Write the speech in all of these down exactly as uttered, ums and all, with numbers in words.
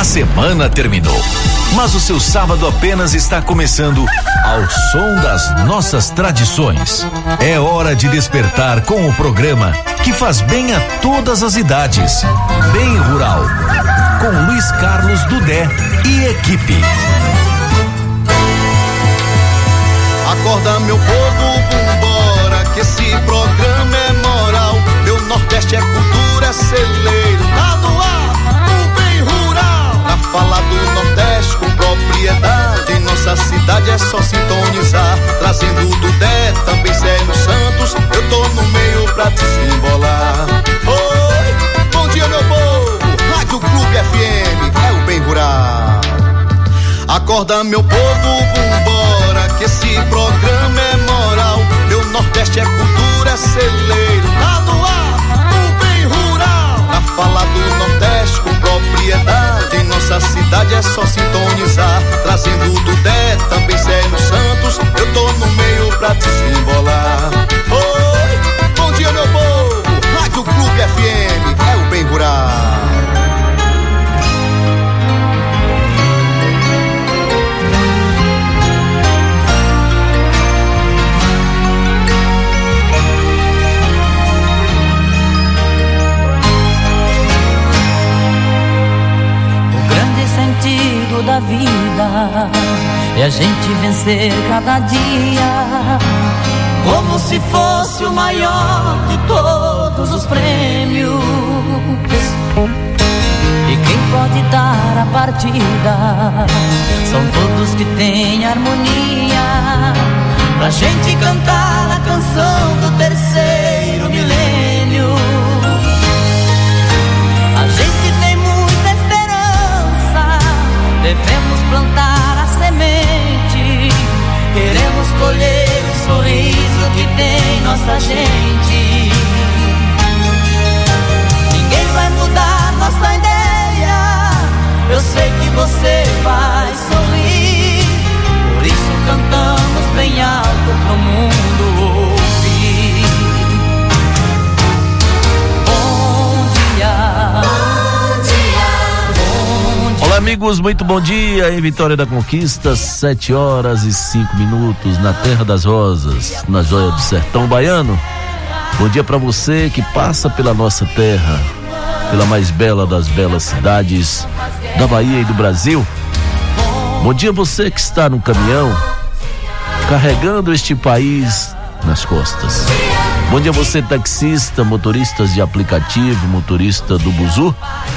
A semana terminou, mas o seu sábado apenas está começando ao som das nossas tradições. É hora de despertar com o programa que faz bem a todas as idades. Bem Rural, com Luiz Carlos Dudé e equipe. Acorda, meu povo, vambora, que esse programa é moral. Meu Nordeste é cultura, é celeiro, tá no ar, o Bem Rural. Pra falar do Nordeste com propriedade, em nossa cidade é só sintonizar. Trazendo o Dudé, também Célio Santos, eu tô no meio pra desembolar. Oi, bom dia, meu povo, Rádio Clube F M, é o Bem Rural. Acorda, meu povo, vambora, que esse programa é moral. Meu Nordeste é cultura, é celeiro, tá no ar, o Bem Rural. Pra falar do Nordeste com propriedade, em nossa cidade é só sintonizar. Trazendo o Dudé, também Célio Santos, eu tô no meio pra desembolar. Oi, bom dia, meu povo, Rádio Clube F M, é o Bem Rural. Sentido da vida é a gente vencer cada dia, como se fosse o maior de todos os prêmios. E quem pode dar a partida são todos que têm harmonia, pra gente cantar a canção do terceiro milênio. A gente tem muita esperança, devemos plantar a semente, queremos colher o sorriso que tem nossa gente. Ninguém vai mudar nossa ideia, eu sei que você vai sorrir, por isso cantamos bem alto pro mundo ouvir. Bom dia. Olá, amigos, muito bom dia em Vitória da Conquista, sete horas e cinco minutos na Terra das Rosas, na joia do sertão baiano. Bom dia para você que passa pela nossa terra, pela mais bela das belas cidades da Bahia e do Brasil. Bom dia você que está no caminhão, carregando este país nas costas. Bom dia você taxista, motoristas de aplicativo, motorista do buzu,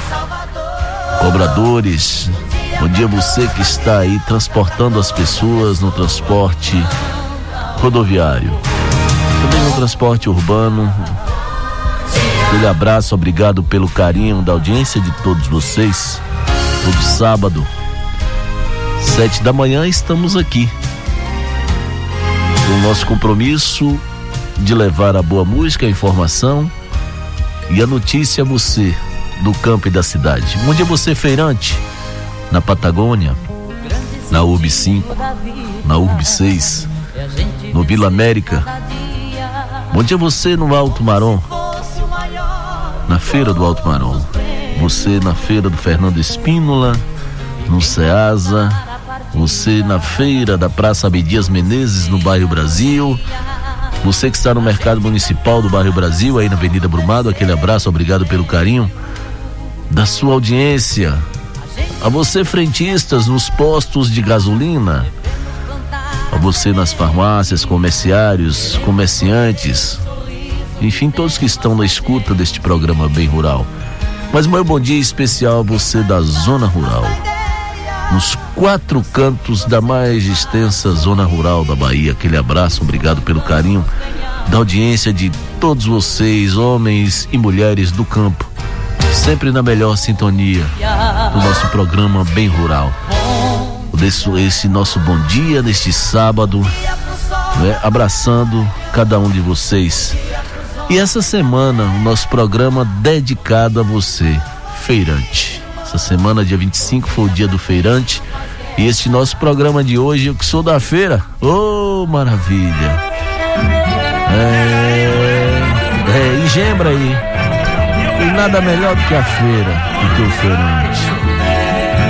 cobradores. Bom dia você que está aí transportando as pessoas no transporte rodoviário, também no transporte urbano. Aquele abraço, obrigado pelo carinho da audiência de todos vocês. Todo sábado, sete da manhã, estamos aqui com o nosso compromisso de levar a boa música, a informação e a notícia a você do campo e da cidade. Bom dia você, feirante, na Patagônia, na U R B cinco, na U R B seis, no Vila América. Bom dia você no Alto Marom, na Feira do Alto Marom. Você na Feira do Fernando Espínola, no Ceasa. Você na Feira da Praça Abdias Menezes, no bairro Brasil. Você que está no Mercado Municipal do bairro Brasil, aí na Avenida Brumado, aquele abraço, obrigado pelo carinho da sua audiência. A você, frentistas nos postos de gasolina, a você nas farmácias, comerciários, comerciantes, enfim, todos que estão na escuta deste programa Bem Rural. Mas meu bom dia especial a você da Zona Rural, nos quatro cantos da mais extensa Zona Rural da Bahia. Aquele abraço, obrigado pelo carinho da audiência de todos vocês, homens e mulheres do campo, sempre na melhor sintonia do nosso programa Bem Rural. Desse, esse nosso bom dia neste sábado, né, abraçando cada um de vocês. E essa semana o nosso programa dedicado a você, feirante. Essa semana, dia vinte e cinco, foi o dia do feirante. E este nosso programa de hoje, eu que sou da feira, ô oh, maravilha! É, é, engembra aí. E nada melhor do que a feira, do que o feirante.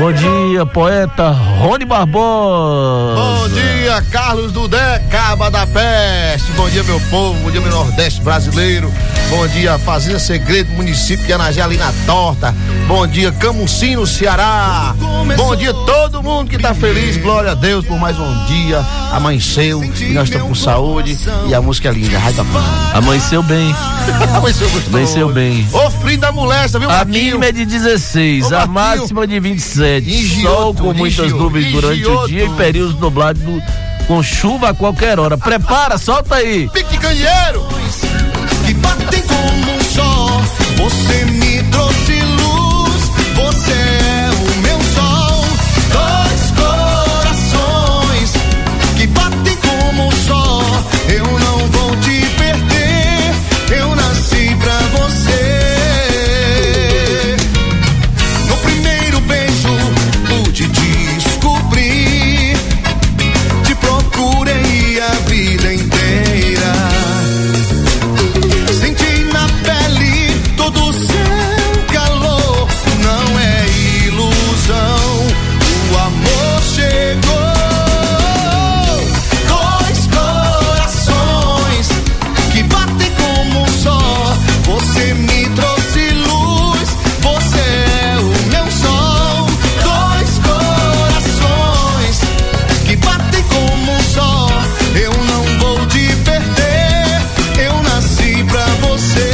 Bom dia, poeta Rony Barbosa. Bom dia, Carlos Dudé, Caba da Peste. Bom dia, meu povo. Bom dia, meu Nordeste brasileiro. Bom dia, Fazenda Segredo, município de Anagé, ali na Torta. Bom dia, Camusim, no Ceará. Bom dia, todo mundo que tá feliz. Glória a Deus por mais um dia. Amanheceu e nós estamos com saúde. E a música é linda. Vai da Amanheceu bem. Amanheceu gostoso. Amanheceu bem. Ô, frio da molesta, viu, A Marquinho? mínima é de dezesseis, Ô, a Marquinho. máxima de vinte e sete. Ingioto, Sol com muitas ingioto, nuvens durante ingioto. o dia e períodos nublados com chuva a qualquer hora. Prepara, solta aí. Pique candeeiro. Que batem como um só. Você me trouxe luz. Você é o meu sol. Dois corações que batem como um só. Eu não vou te perder. Eu nasci pra você. No primeiro beijo pude descobrir. Te procurei a vida inteira. Senti na pele todo o seu calor. Não é ilusão, o amor chegou. Dois corações que batem como um só. Você me trouxe luz, você é o meu sol. Dois corações que batem como um só. Eu não vou te perder, eu nasci pra você.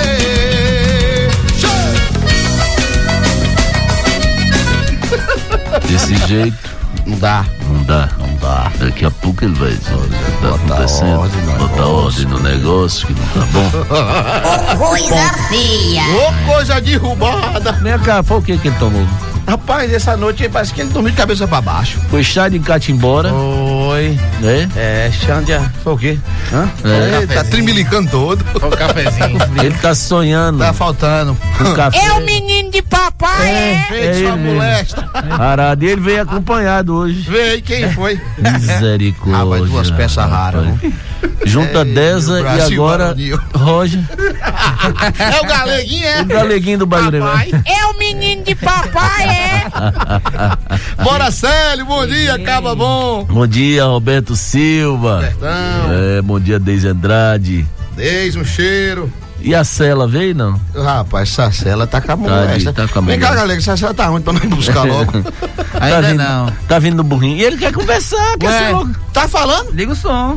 Desse jeito, Não dá. não dá. Não dá. Daqui a pouco ele vai dizer. Tá Botar acontecendo. ordem no Botar negócio. ordem no negócio que não tá bom. Coisa feia. Ô, coisa derrubada. Vem cá, foi o que que ele tomou? Rapaz, essa noite parece que ele dormiu de cabeça pra baixo. Foi chá de catimbora, Oi. né? É, Xandia. Foi o quê? Hã? É. É, tá trimilicando todo. Foi um cafezinho. Ele tá sonhando Tá faltando. com café. É o menino de papai, é? Feito é sua ele mesmo. molesta. Arado, e ele veio acompanhado hoje. Vê quem foi. Misericórdia. Ah, mas duas peças raras, rapaz. viu? Junta É, Deza o e Brasil agora varonil. Roger, É o galeguinho, é? o galeguinho do Bagulho. É o menino de papai, é? Bora, Célio, bom dia, Caba bom. Bom dia, Roberto Silva. Sertão, É, bom dia, Deise Andrade. desde um cheiro. E a Cela veio, não? Rapaz, essa cela tá com a Tá molesta. ali, tá com a Vem cá, molesta. galera, essa cela tá onde pra nós buscar logo? Tá Ainda vindo, não. Tá vindo no burrinho. E ele quer conversar, quer Ué. ser louco. Tá falando? Liga o som.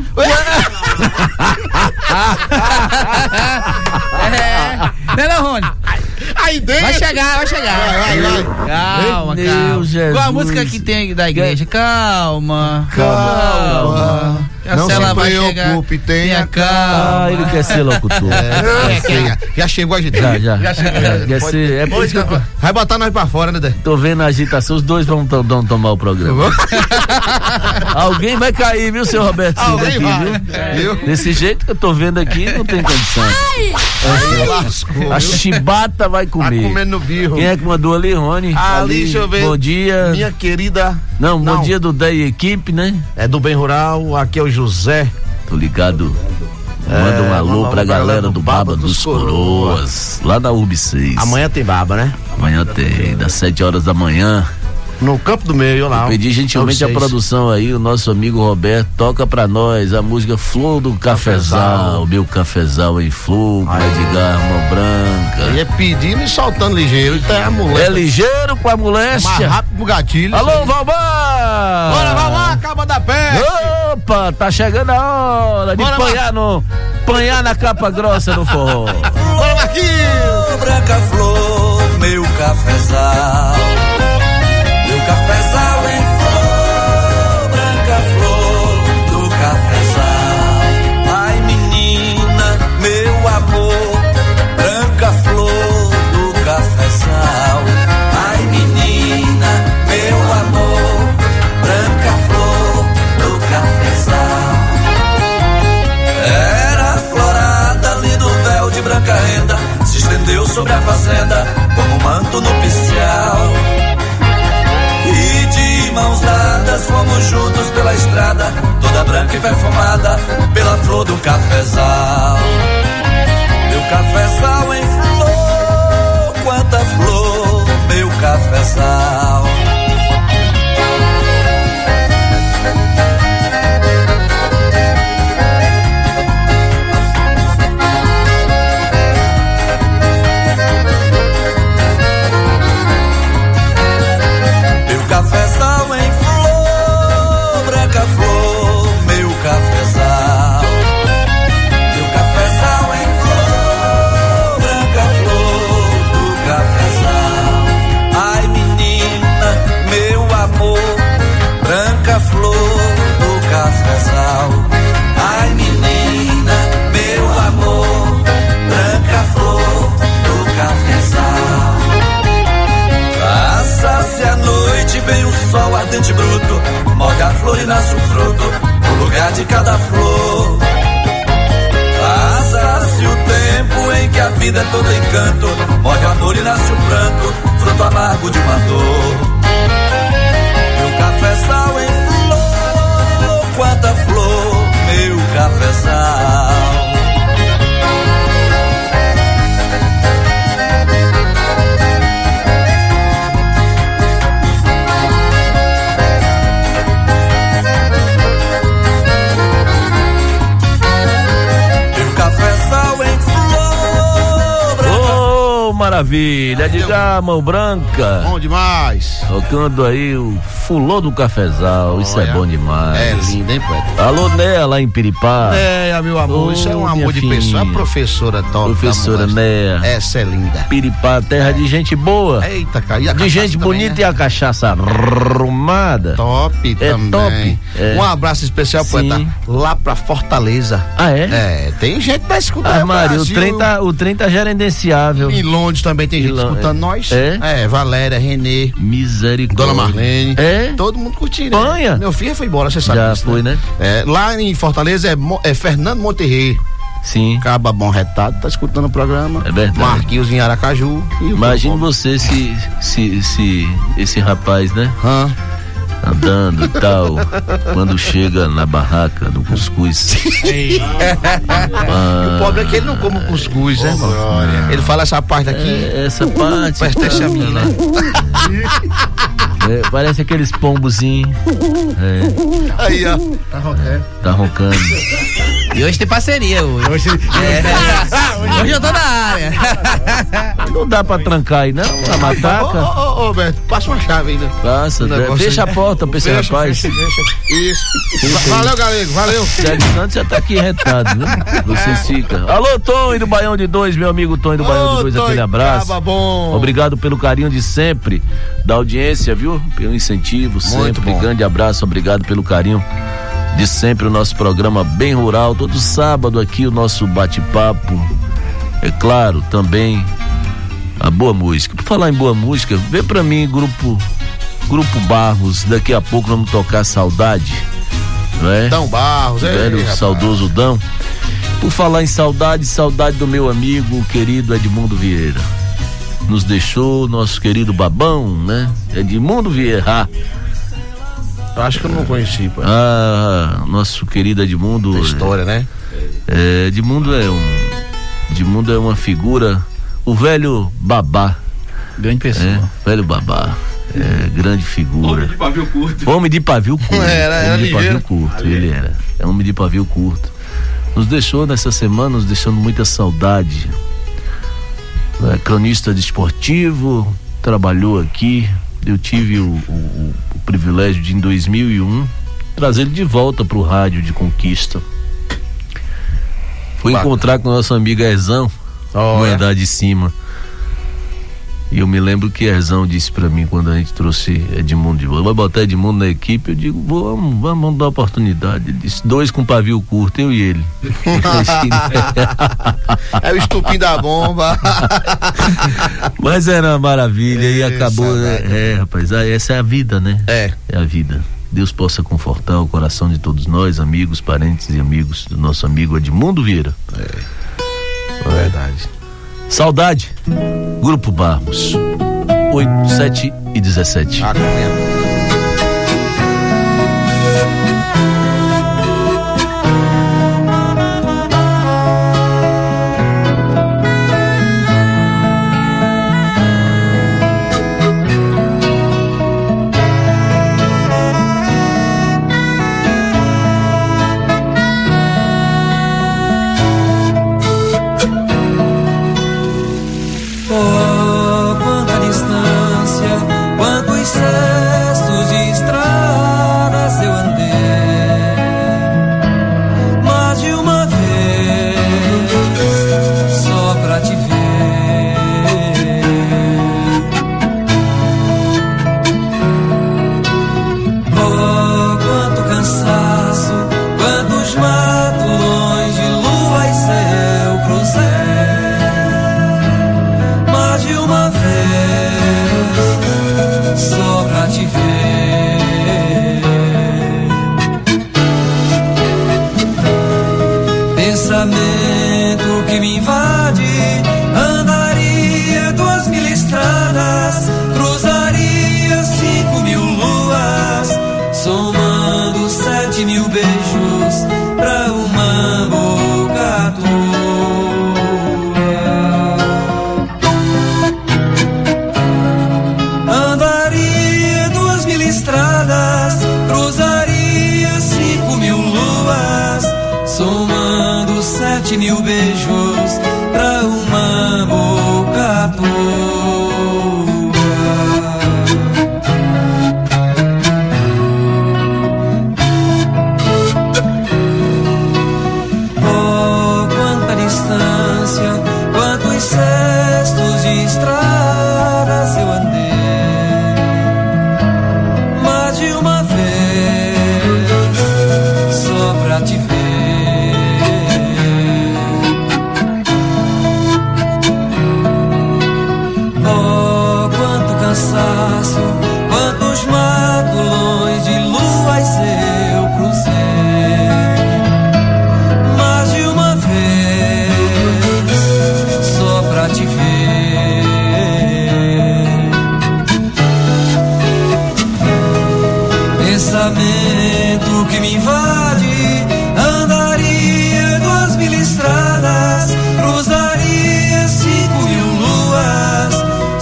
É. Não, não, Rony. Aí dentro. Vai chegar, vai chegar. Vai, vai, vai. Calma, Meu calma. Jesus. Igual a música que tem da igreja. Calma. Calma. A Não cela se vai chegar. preocupe, tenha Ah, ele quer ser locutor. É, já, já chegou a gente. Já, já. Já chegou. Já, quer ser, é por isso que eu Vai botar nós pra fora, né, Dé? tô vendo a agitação. Os dois vão, to- vão tomar o programa. Alguém vai cair, viu, seu Roberto Silva? Alguém Aqui, vai. viu? Viu? Desse jeito que eu tô vendo aqui, não tem condição. Aí lascou. A viu? chibata vai Tá comer. comendo no birro. Quem é que mandou ali, Rony? Ali, deixa eu ver. Bom dia. Minha querida. Não, bom Não. dia do Dé e equipe, né? É do Bem Rural, aqui é o José. Tô ligado. Manda um É, alô manda um pra alô galera do Baba dos Coroas, lá na U B seis. Amanhã tem baba, né? Amanhã tem, das sete horas da manhã. No Campo do Meio, lá. Pedi gentilmente a Vocês. produção aí, o nosso amigo Roberto, toca pra nós a música Flor do Cafezal, Cafezal. o meu cafezal em flor, com Edgar Arma Branca. Ele é pedindo e soltando ligeiro. Então é a mulher. É ligeiro com a mais moléstia. rápido no gatilho. Alô, Valmar! Bora, vai lá, acaba da peste. Opa, tá chegando a hora de Bora, panhar, no, panhar na capa grossa no forró. Bora, Marquinhos. Branca flor, meu cafezal. Meu cafezal em flor, branca flor do cafezal. Ai, menina, meu amor, branca flor do cafezal. Ai, menina, meu amor, branca flor do cafezal. Era florada ali do véu de branca renda, se estendeu sobre a fazenda como um manto nupcial. E de mãos dadas fomos juntos pela estrada, toda branca e perfumada pela flor do cafezal. Meu cafezal em flor, quanta flor, meu cafezal. vida é todo encanto, morre o amor e nasce o pranto, fruto amargo de uma dor. Meu cafezal em flor, quanta flor, meu cafezal. Maravilha, diga mão branca. Bom demais. Tocando aí o fulô do cafezal, isso é bom demais. É lindo, hein, poeta? Alô, Néa, lá em Piripá. Néa, meu amor, oh, isso é um amor de filhinha. Pessoa. A professora top. Professora Néa. Essa é linda. Piripá, terra é. de gente boa. Eita, cara. E a de gente também, bonita, né? E a cachaça arrumada. Top é também. Top. É. Um abraço especial, Sim. poeta, lá pra Fortaleza. Ah, é? É, tem gente da escuta. Ah, Maria, o trem tá, o trem tá gerenciável. Em Londres também tem gente Londres. escutando é. nós. É? É, Valéria, Renê. Misericórdia. Dona Marlene. É? Todo mundo curtindo. Panha. Né? Meu filho foi embora, você sabe Já disso, foi, né? né? É, lá em Fortaleza é, é Fernando Monterrey. Sim. Caba Bom Retado, tá escutando o programa. É verdade. Marquinhos em Aracaju. Imagine você se, se, se esse rapaz, né? Hã? Andando e tal, quando chega na barraca do cuscuz. ah, o pobre é que ele não come cuscuz, né, irmão? Oh, ele fala essa parte aqui. É, essa parte. Pertence a mim, né? É, parece aqueles pombozinhos. É. Aí, ó. Tá roncando. Tá roncando. E hoje tem parceria. Hoje, hoje, é. hoje eu tô na área. Não dá pra trancar aí, não? A mataca. Ô, ô, ô, Beto, passa uma chave ainda. Passa, um fecha aí. A porta pra esse fecha, rapaz. Fecha, fecha. Isso. Valeu, galego, valeu. Sérgio Santos já tá aqui retado, né? Vocês ficam. Alô, Tom do Baião de Dois, meu amigo Tom do Baião de Dois, Tom, aquele abraço. Bom. Obrigado pelo carinho de sempre da audiência, viu? Pelo incentivo sempre. Grande abraço, obrigado pelo carinho de sempre. O nosso programa Bem Rural, todo sábado aqui o nosso bate-papo. É claro, também a boa música. Por falar em boa música, vê pra mim, grupo Grupo Barros, daqui a pouco vamos tocar Saudade, não é? Dão Barros, é, velho, é, saudoso Dão. Por falar em saudade, saudade do meu amigo, querido Edmundo Vieira. Nos deixou nosso querido babão, né? Edmundo Vieira. Acho que eu não conheci, pô. Ah, nosso querido Edmundo. Tem história, né? É, Edmundo é um. Edmundo é uma figura. O velho babá. Grande pessoa. É, velho babá. É, grande figura. Homem de pavio curto. Homem de pavio curto. Era, era homem de ligeiro. pavio curto, Ali. ele era. É homem de pavio curto. Nos deixou nessa semana, nos deixando muita saudade. É, cronista desportivo, trabalhou aqui. Eu tive o, o, o privilégio de, em dois mil e um, trazer ele de volta para o rádio de Conquista. Fui Bacana. encontrar com nosso amigo Erzão, oh, no é? andar de cima. E eu me lembro que Erzão disse pra mim quando a gente trouxe Edmundo de volta, vai botar Edmundo na equipe? Eu digo, vamos, vamos dar oportunidade. Ele disse, dois com pavio curto, eu e ele. É o estupim da bomba. Mas era uma maravilha e acabou. É, é, rapaz, essa é a vida, né? É. É a vida. Deus possa confortar o coração de todos nós, amigos, parentes e amigos do nosso amigo Edmundo Vieira. É. É verdade. Saudade. Grupo Barros. oito, sete e dezessete. Ah, Oh, quanta distância, quantos céus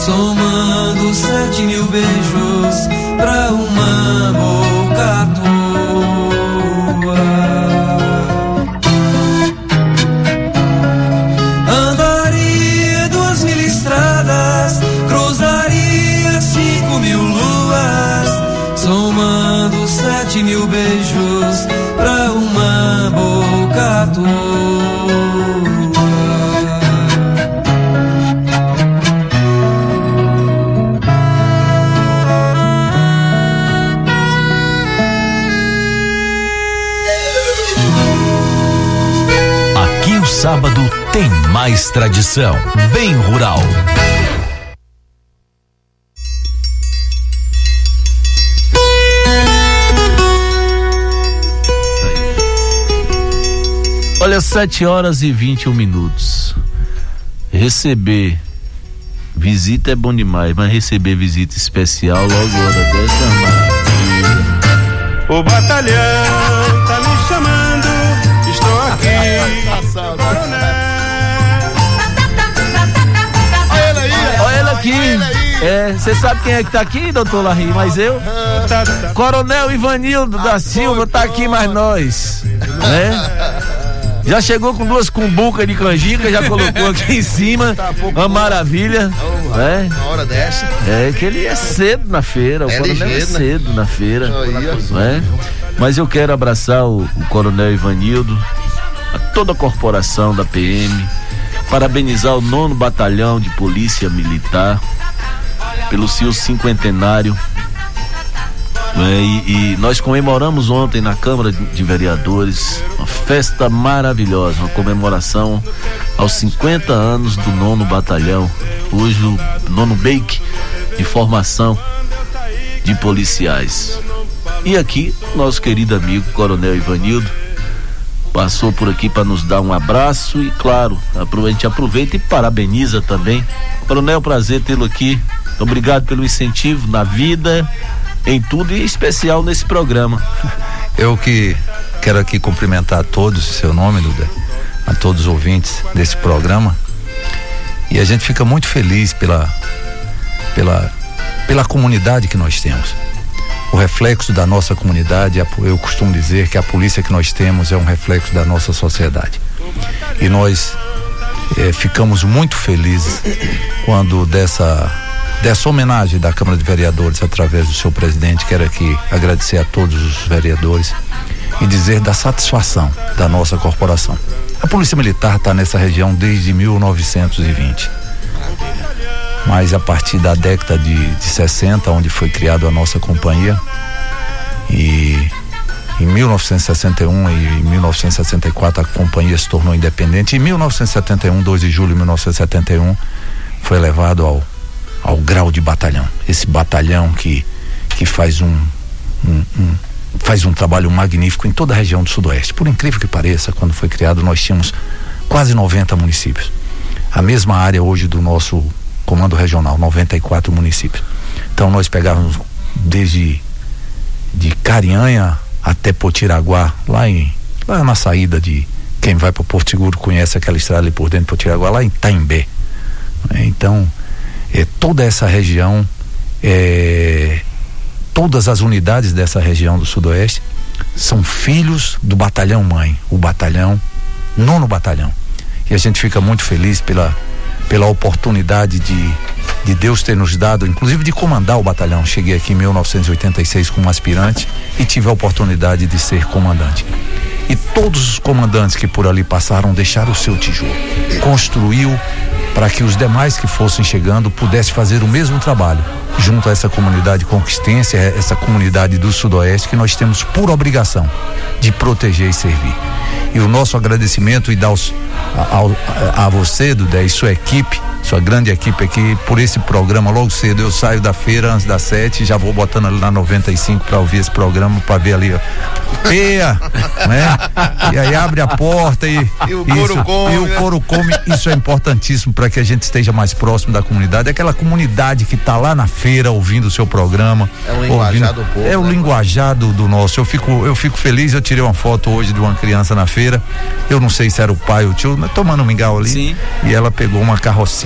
somando sete mil beijos pra uma boca tua. Andaria duas mil estradas, cruzaria cinco mil luas, somando sete mil beijos pra uma boca tua. Sábado tem mais tradição, bem rural. Olha, sete horas e vinte e um minutos. Receber visita é bom demais, mas receber visita especial logo hora dessa é uma maravilha. O batalhão tá me chamando, estou aqui. Olha ele aí, olha ele aqui. É, você sabe quem é que tá aqui, doutor Larry? Mas eu? Coronel Ivanildo da Silva tá aqui, mais nós, né? Já chegou com duas cumbucas de canjica, já colocou aqui em cima, uma maravilha, né? Uma hora dessa. É que ele é cedo na feira, o é coronel ligeiro, é cedo né? na feira, né? Mas eu quero abraçar o, o coronel Ivanildo, a toda a corporação da P M, parabenizar o nono Batalhão de Polícia Militar pelo seu cinquentenário. É, e, e nós comemoramos ontem na Câmara de Vereadores uma festa maravilhosa, uma comemoração aos cinquenta anos do nono Batalhão, hoje o nono B E I C de formação de policiais. E aqui, nosso querido amigo Coronel Ivanildo passou por aqui para nos dar um abraço e, claro, a gente aproveita e parabeniza também. Coronel, prazer tê-lo aqui. Obrigado pelo incentivo na vida, em tudo e em especial nesse programa. Eu que quero aqui cumprimentar a todos, seu nome, Duda, a todos os ouvintes desse programa. E a gente fica muito feliz pela, pela, pela comunidade que nós temos. O reflexo da nossa comunidade, eu costumo dizer que a polícia que nós temos é um reflexo da nossa sociedade. E nós eh, ficamos muito felizes quando dessa, dessa homenagem da Câmara de Vereadores, através do seu presidente, quero aqui agradecer a todos os vereadores e dizer da satisfação da nossa corporação. A Polícia Militar está nessa região desde mil novecentos e vinte. Mas a partir da década de, de sessenta, onde foi criada a nossa companhia, e em mil novecentos e sessenta e um e em mil novecentos e sessenta e quatro a companhia se tornou independente. Em mil novecentos e setenta e um, dois de julho de mil novecentos e setenta e um, foi elevado ao, ao grau de batalhão. Esse batalhão que, que faz um, um, um faz um trabalho magnífico em toda a região do Sudoeste. Por incrível que pareça, quando foi criado nós tínhamos quase noventa municípios. A mesma área hoje do nosso comando regional, noventa e quatro municípios. Então nós pegávamos desde de Carinhanha até Potiraguá, lá em lá na saída de quem vai para Porto Seguro conhece aquela estrada ali por dentro de Potiraguá, lá em Taimbé. Então é, toda essa região, é, todas as unidades dessa região do Sudoeste são filhos do batalhão mãe, o batalhão, nono batalhão. E a gente fica muito feliz pela pela oportunidade de, de Deus ter nos dado, inclusive de comandar o batalhão. Cheguei aqui em mil novecentos e oitenta e seis como aspirante e tive a oportunidade de ser comandante. E todos os comandantes que por ali passaram deixaram o seu tijolo, construiu para que os demais que fossem chegando pudessem fazer o mesmo trabalho junto a essa comunidade conquistense, essa comunidade do Sudoeste que nós temos por obrigação de proteger e servir. E o nosso agradecimento e dar aos, a, a, a você, Dudé, e sua equipe, sua grande equipe aqui, por esse programa. Logo cedo eu saio da feira antes das sete, já vou botando ali na noventa e cinco para ouvir esse programa, para ver ali, ó, peia, né? E aí abre a porta e, e o couro isso, come. E o couro come, isso é importantíssimo para que a gente esteja mais próximo da comunidade. Aquela comunidade que está lá na feira ouvindo o seu programa. É o linguajar do povo. É o né, linguajar do, do nosso. Eu fico, eu fico feliz, eu tirei uma foto hoje de uma criança na feira. Eu não sei se era o pai ou o tio, mas tomando um mingau ali. Sim. E ela pegou uma carrocinha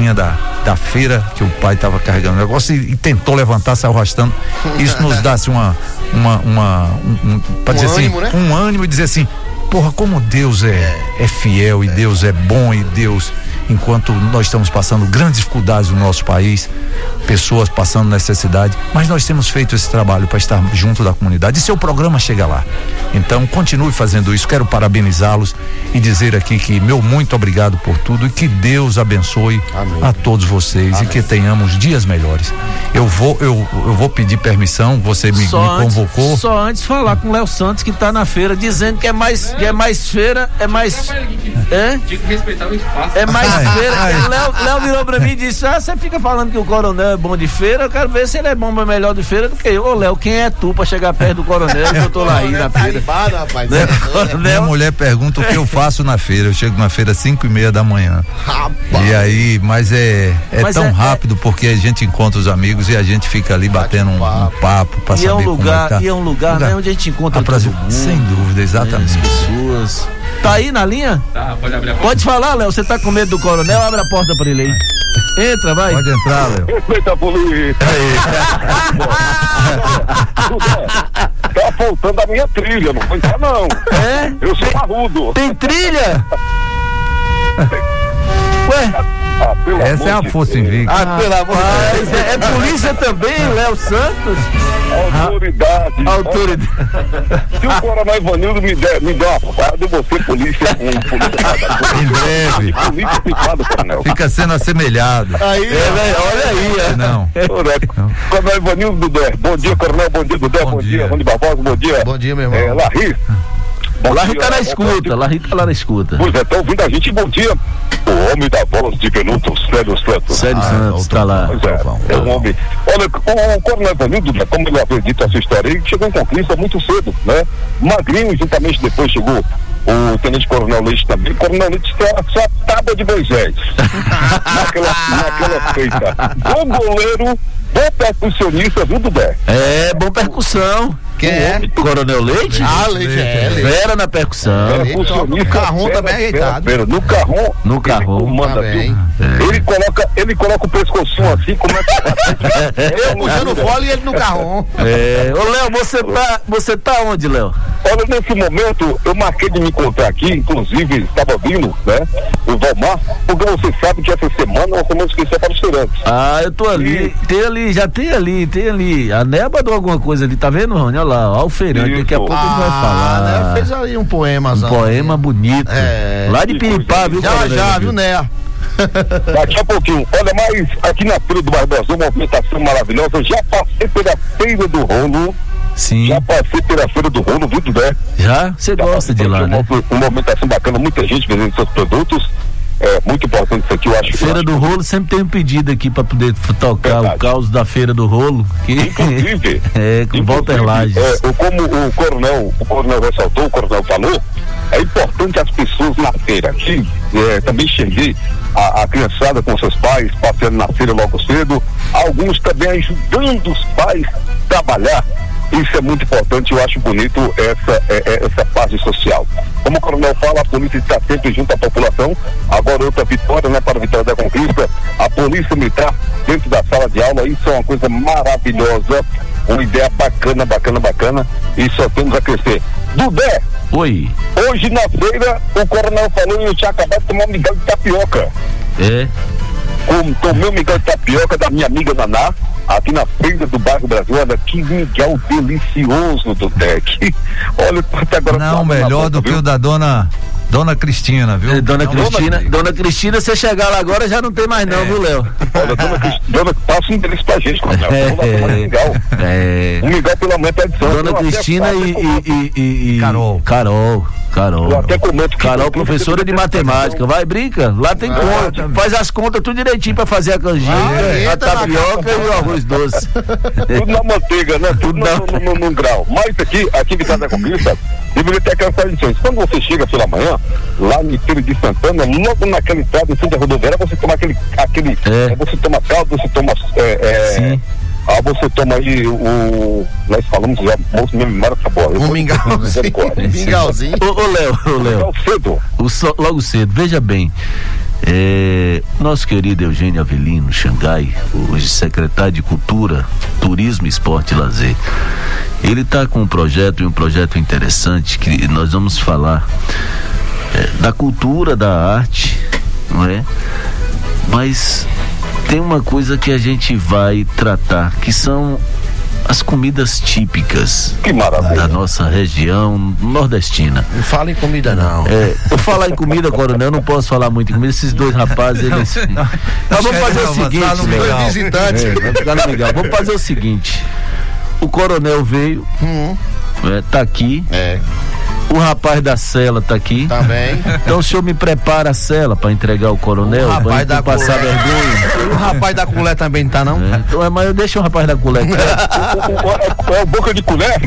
vinha da, da feira, que o pai estava carregando o negócio e, e tentou levantar, saiu arrastando. Isso nos dá assim, uma, uma, uma um, um, pra um dizer ânimo, assim, né? um ânimo e dizer assim, porra, como Deus é, é fiel e Deus é bom e Deus, enquanto nós estamos passando grandes dificuldades no nosso país, pessoas passando necessidade, mas nós temos feito esse trabalho para estar junto da comunidade e seu programa chega lá. Então continue fazendo isso, quero parabenizá-los e dizer aqui que meu muito obrigado por tudo e que Deus abençoe Amém. A todos vocês. Amém. E que tenhamos dias melhores. Eu vou, eu, eu vou pedir permissão, você me, me convocou. Antes, só antes falar com o Léo Santos que está na feira dizendo que é mais, que é mais feira, é mais é? Tinha que respeitar o espaço. É mais feira. Léo, Léo virou pra mim e disse: ah, você fica falando que o coronel é bom de feira, eu quero ver se ele é bom, mas melhor de feira do que eu. Ô, Léo, quem é tu pra chegar perto do coronel? Eu tô lá aí na feira. Rapaz, né? Minha mulher pergunta o que eu faço na feira. Eu chego na feira às cinco e meia da manhã. Rapaz. E aí, mas é, é mas tão é, rápido é... porque a gente encontra os amigos e a gente fica ali batendo um, um papo pra e saber é um lugar, como é que tá. E é um lugar, lugar. Né, onde a gente encontra todo mundo. Sem dúvida, exatamente. Né, as pessoas. Tá aí na linha? Tá, pode abrir a porta. Pode falar, Léo, você tá com medo do coronel? Abre a porta pra ele aí. Entra, vai. Pode entrar, Léo. Respeita a polícia. Tá faltando a minha trilha, não foi entrar não. É? Eu sou parrudo. Tem trilha? Ué? Ah, essa é a força invicta. Ah, pelo amor de Deus. É, é polícia também, Léo Santos? Autoridade. Autoridade. Se o coronel Ivanildo me der, me der uma parada, eu vou ser polícia. Um, polícia em breve. Polícia privada, coronel. Fica sendo assemelhado. Aí, é, olha aí. É. Não. Coronel Ivanildo Dudé. Bom dia, coronel. Bom dia, Dudé. Bom, bom dia, Rony Barbosa. Bom dia. Bom dia, meu irmão. É, Larry. Bom Larry dia, tá na escuta, Larry tá lá na escuta. Pois é, tá ouvindo a gente, bom dia. O homem da voz de Venuto, Célio Santos. Célio ah, Santos, tá lá. Pois é, é um homem. Olha, o coronel Ivanildo, né, como ele havia dito essa história, ele chegou em Conquista muito cedo, né? Magrinho, juntamente depois chegou o tenente coronel Leite também. O coronel Leite tem a sua tábua de Moisés. naquela, naquela feita. Bom goleiro, bom percussionista, viu, Dudé? É, bom percussão. Quem é? Coronel Leite? Ah, Leite, é. Leite. Vera na percussão. No carrom também ajeitado. Vera, no carrom. No carrom. Manda, também. É. Ele coloca, ele coloca o pescocinho assim, como é que eu puxando o fole e ele no carrom. É. Ô, Léo, você tá, você tá onde, Léo? Olha, nesse momento, eu marquei de me encontrar aqui, inclusive, estava vindo, né, o Valmar, porque você sabe que essa semana nós temos esquecer para os feirantes. Ah, eu tô ali, e... tem ali, já tem ali, tem ali, a Neba de alguma coisa ali, tá vendo, Rony? Olha lá, olha o feirante, daqui a pouco ah, ele vai falar. Né, fez ali um poemazão. Um poema bonito. É, lá de Piripá, viu? Já, já, viu, né? Daqui a pouquinho, olha, mas aqui na Feira do Bairro do Azul, uma movimentação maravilhosa, eu já passei pela Feira do Rolo. Sim. Já passei pela Feira do Rolo, viu, né? Já? Você gosta de lá, né? Uma, uma movimentação bacana, muita gente vendendo seus produtos. É muito importante isso aqui, eu acho. Feira eu do acho Rolo sempre tem um pedido aqui pra poder tocar Verdade. O caos da Feira do Rolo. Que... Inclusive. é, com Walter Lages. É, como o coronel, o coronel ressaltou, o coronel falou, é importante as pessoas na feira. Aqui, é, também cheguei a, a criançada com seus pais, passeando na feira logo cedo, alguns também ajudando os pais a trabalhar. Isso é muito importante, eu acho bonito essa, é, essa parte social. Como o coronel fala, a polícia está sempre junto à população. Agora outra vitória, né, para a vitória da conquista, a polícia militar dentro da sala de aula, isso é uma coisa maravilhosa, uma ideia bacana, bacana, bacana, e só temos a crescer. Dudé! Oi! Hoje na feira, o coronel falou e eu tinha acabado de tomar um migão de tapioca. É? Com, tomei um migão de tapioca da minha amiga Naná, aqui na feira do Bairro Brasil. Olha que miguel delicioso do Deck. Olha, até agora. Não, melhor boca, do viu? Que o da dona Dona Cristina, viu? É, dona não, Cristina, dona, dona Cristina, você chegar lá agora já não tem mais não, é. Viu, Léo? Olha, dona Cristina, passa um endereço pra gente, coronel. É, Vamos lá tomar um migão. É. Um migão pela manhã tradição. Dona Cristina e, e, e, e Carol. Carol. Carol. Eu até comento que Carol, professora de matemática. Vai, brinca. Lá tem ah, conta. Tá. Faz as contas tudo direitinho pra fazer a canjinha, ah, a tapioca e o arroz doce. Tudo na manteiga, né? Tudo no, no, no, no grau. Mas aqui, aqui em Vitória da Conquista, deveria ter aquelas tradições. Quando você chega pela manhã, lá no Feira de Santana, logo naquela estrada em frente à rodoviária, você toma aquele. aquele é. Você toma caldo, você toma. É, é, Sim. Ah, você toma aí o. Nós falamos já, moço mesmo, mara sabor. Um mingauzinho. Mingauzinho. Ô, Léo, ô, Léo. Logo cedo. O so, logo cedo, veja bem. É, nosso querido Eugênio Avelino Xangai, hoje secretário de Cultura, Turismo, Esporte e Lazer, ele está com um projeto, e um projeto interessante, que nós vamos falar é, da cultura, da arte, não é? Mas tem uma coisa que a gente vai tratar, que são as comidas típicas da nossa região nordestina. Não fala em comida, não. É, eu falar em comida, Coronel, não posso falar muito em comida. Esses dois rapazes, eles. Não, não, nós vamos fazer o seguinte. Dois visitantes. É, vamos ficar no legal. Vamos fazer o seguinte. O Coronel veio, hum. é, tá aqui. É. O rapaz da cela tá aqui. Também. Então o senhor me prepara a cela pra entregar o Coronel, o rapaz pra da passar culé. vergonha. O rapaz da culé também não tá, não? É, então é, mas eu deixo o rapaz da culé. É o boca de colher?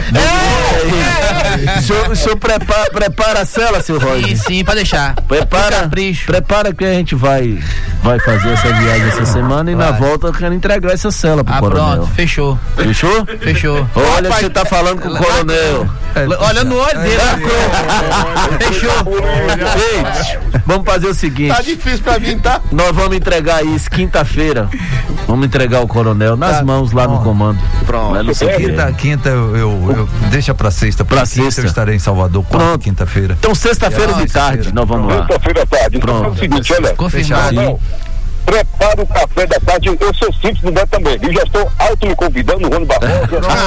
É, é, é. O senhor, o senhor prepara, prepara a cela, seu Roger? Sim, sim, pode deixar. Prepara, prepara que a gente vai, vai fazer essa viagem essa semana e vai. Na volta eu quero entregar essa cela pro ah, Coronel. Pronto, fechou. Fechou? Fechou. Olha, rapaz, você tá falando com o Coronel. Olha no olho dele. Fechou. Ei, vamos fazer o seguinte. Tá difícil pra mim, tá? Nós vamos entregar isso quinta-feira. Vamos entregar o Coronel nas tá. mãos lá oh. no comando. Pronto. No quinta, quinta eu, eu, eu deixa pra sexta. Pra, pra sexta eu estarei em Salvador. Pronto. Quinta-feira. Então sexta-feira de tarde nós vamos lá. Sexta-feira à tarde. Pronto. Então, é o seguinte, olha. Confirmado. Prepara o café da tarde, eu sou simples do também. E já estou auto me convidando, o Rony Barbosa,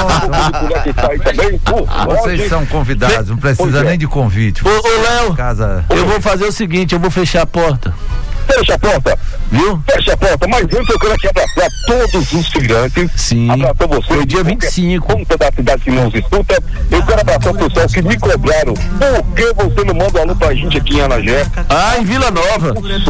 o que está aí também. Uh, Vocês hoje. São convidados, não precisa nem de convite. Ô, ô Léo, casa... eu vou fazer o seguinte, eu vou fechar a porta. Fecha a porta, viu? Fecha a porta, mas antes eu quero aqui abraçar todos os feirantes. Sim. Abraçar você. Foi dia vinte e cinco. Ponta da cidade que nos escuta. Eu quero abraçar o pessoal que me cobraram. Por que você não manda um alô pra gente aqui em Anagé? Ah, em Vila Nova.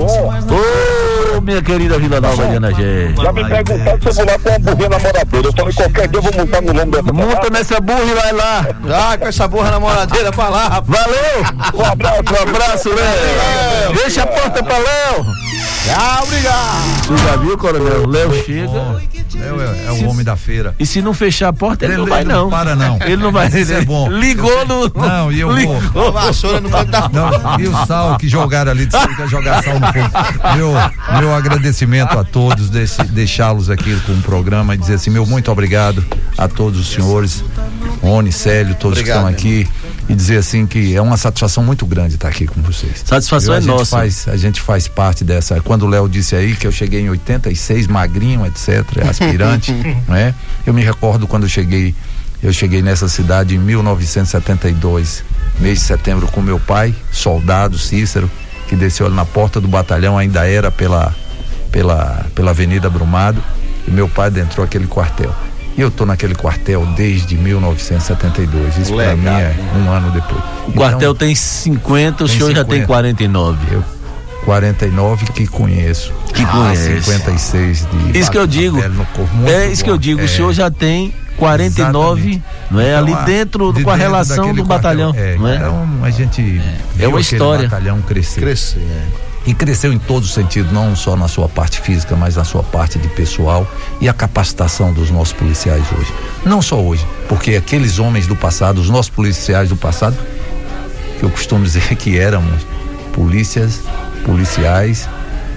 Ô, oh, minha querida Vila Nova de Anagé. Já me perguntaram se eu vou lá com uma burrinha namoradeira. Eu falei, qualquer dia eu vou montar no nome dessa. Monta nessa burra e vai lá. Ah, com essa burra namoradeira pra lá, rapaz. Valeu. Um abraço, um abraço, Léo. Deixa a porta pra Léo. Ah, obrigado. Você já viu, Coronel? Léo chega. Léo é, é o homem da feira. E se não fechar a porta, ele, ele não vai, ele não. Não para, não. Ele não vai. Isso é bom. Ligou no. Não, e eu ligou. vou. Vassoura no canto da não, e o sal que jogaram ali, disse que ia jogar sal no fogo. Meu, meu agradecimento a todos, deixá-los aqui com o programa e dizer assim, meu muito obrigado a todos os senhores, Rony, Célio, todos obrigado, que estão aqui. Irmão. E dizer assim que é uma satisfação muito grande estar aqui com vocês. Satisfação eu, é nossa. Faz, a gente faz parte dessa. Quando o Léo disse aí que eu cheguei em oitenta e seis, magrinho, etcétera, aspirante, não é? Eu me recordo quando eu cheguei, eu cheguei nessa cidade em mil novecentos e setenta e dois, mês de setembro, com meu pai, soldado Cícero, que desceu ali na porta do batalhão, ainda era pela, pela, pela Avenida Brumado, e meu pai adentrou aquele quartel. E eu tô naquele quartel desde mil novecentos e setenta e dois. Isso para mim é um ano depois. O então, quartel tem cinquenta, o senhor cinquenta. Já tem quarenta e nove. Eu quarenta e nove que conheço. Que ah, conhece. cinquenta e seis de isso que eu digo. É isso bom. Que eu digo, é. O senhor já tem quarenta e nove, exatamente. Não é? Então, ali dentro de com a relação do batalhão, é, não é? Então a gente é, é uma história. O batalhão crescer. Crescer, é. E cresceu em todo sentido, não só na sua parte física, mas na sua parte de pessoal e a capacitação dos nossos policiais hoje. Não só hoje, porque aqueles homens do passado, os nossos policiais do passado, que eu costumo dizer que éramos polícias, policiais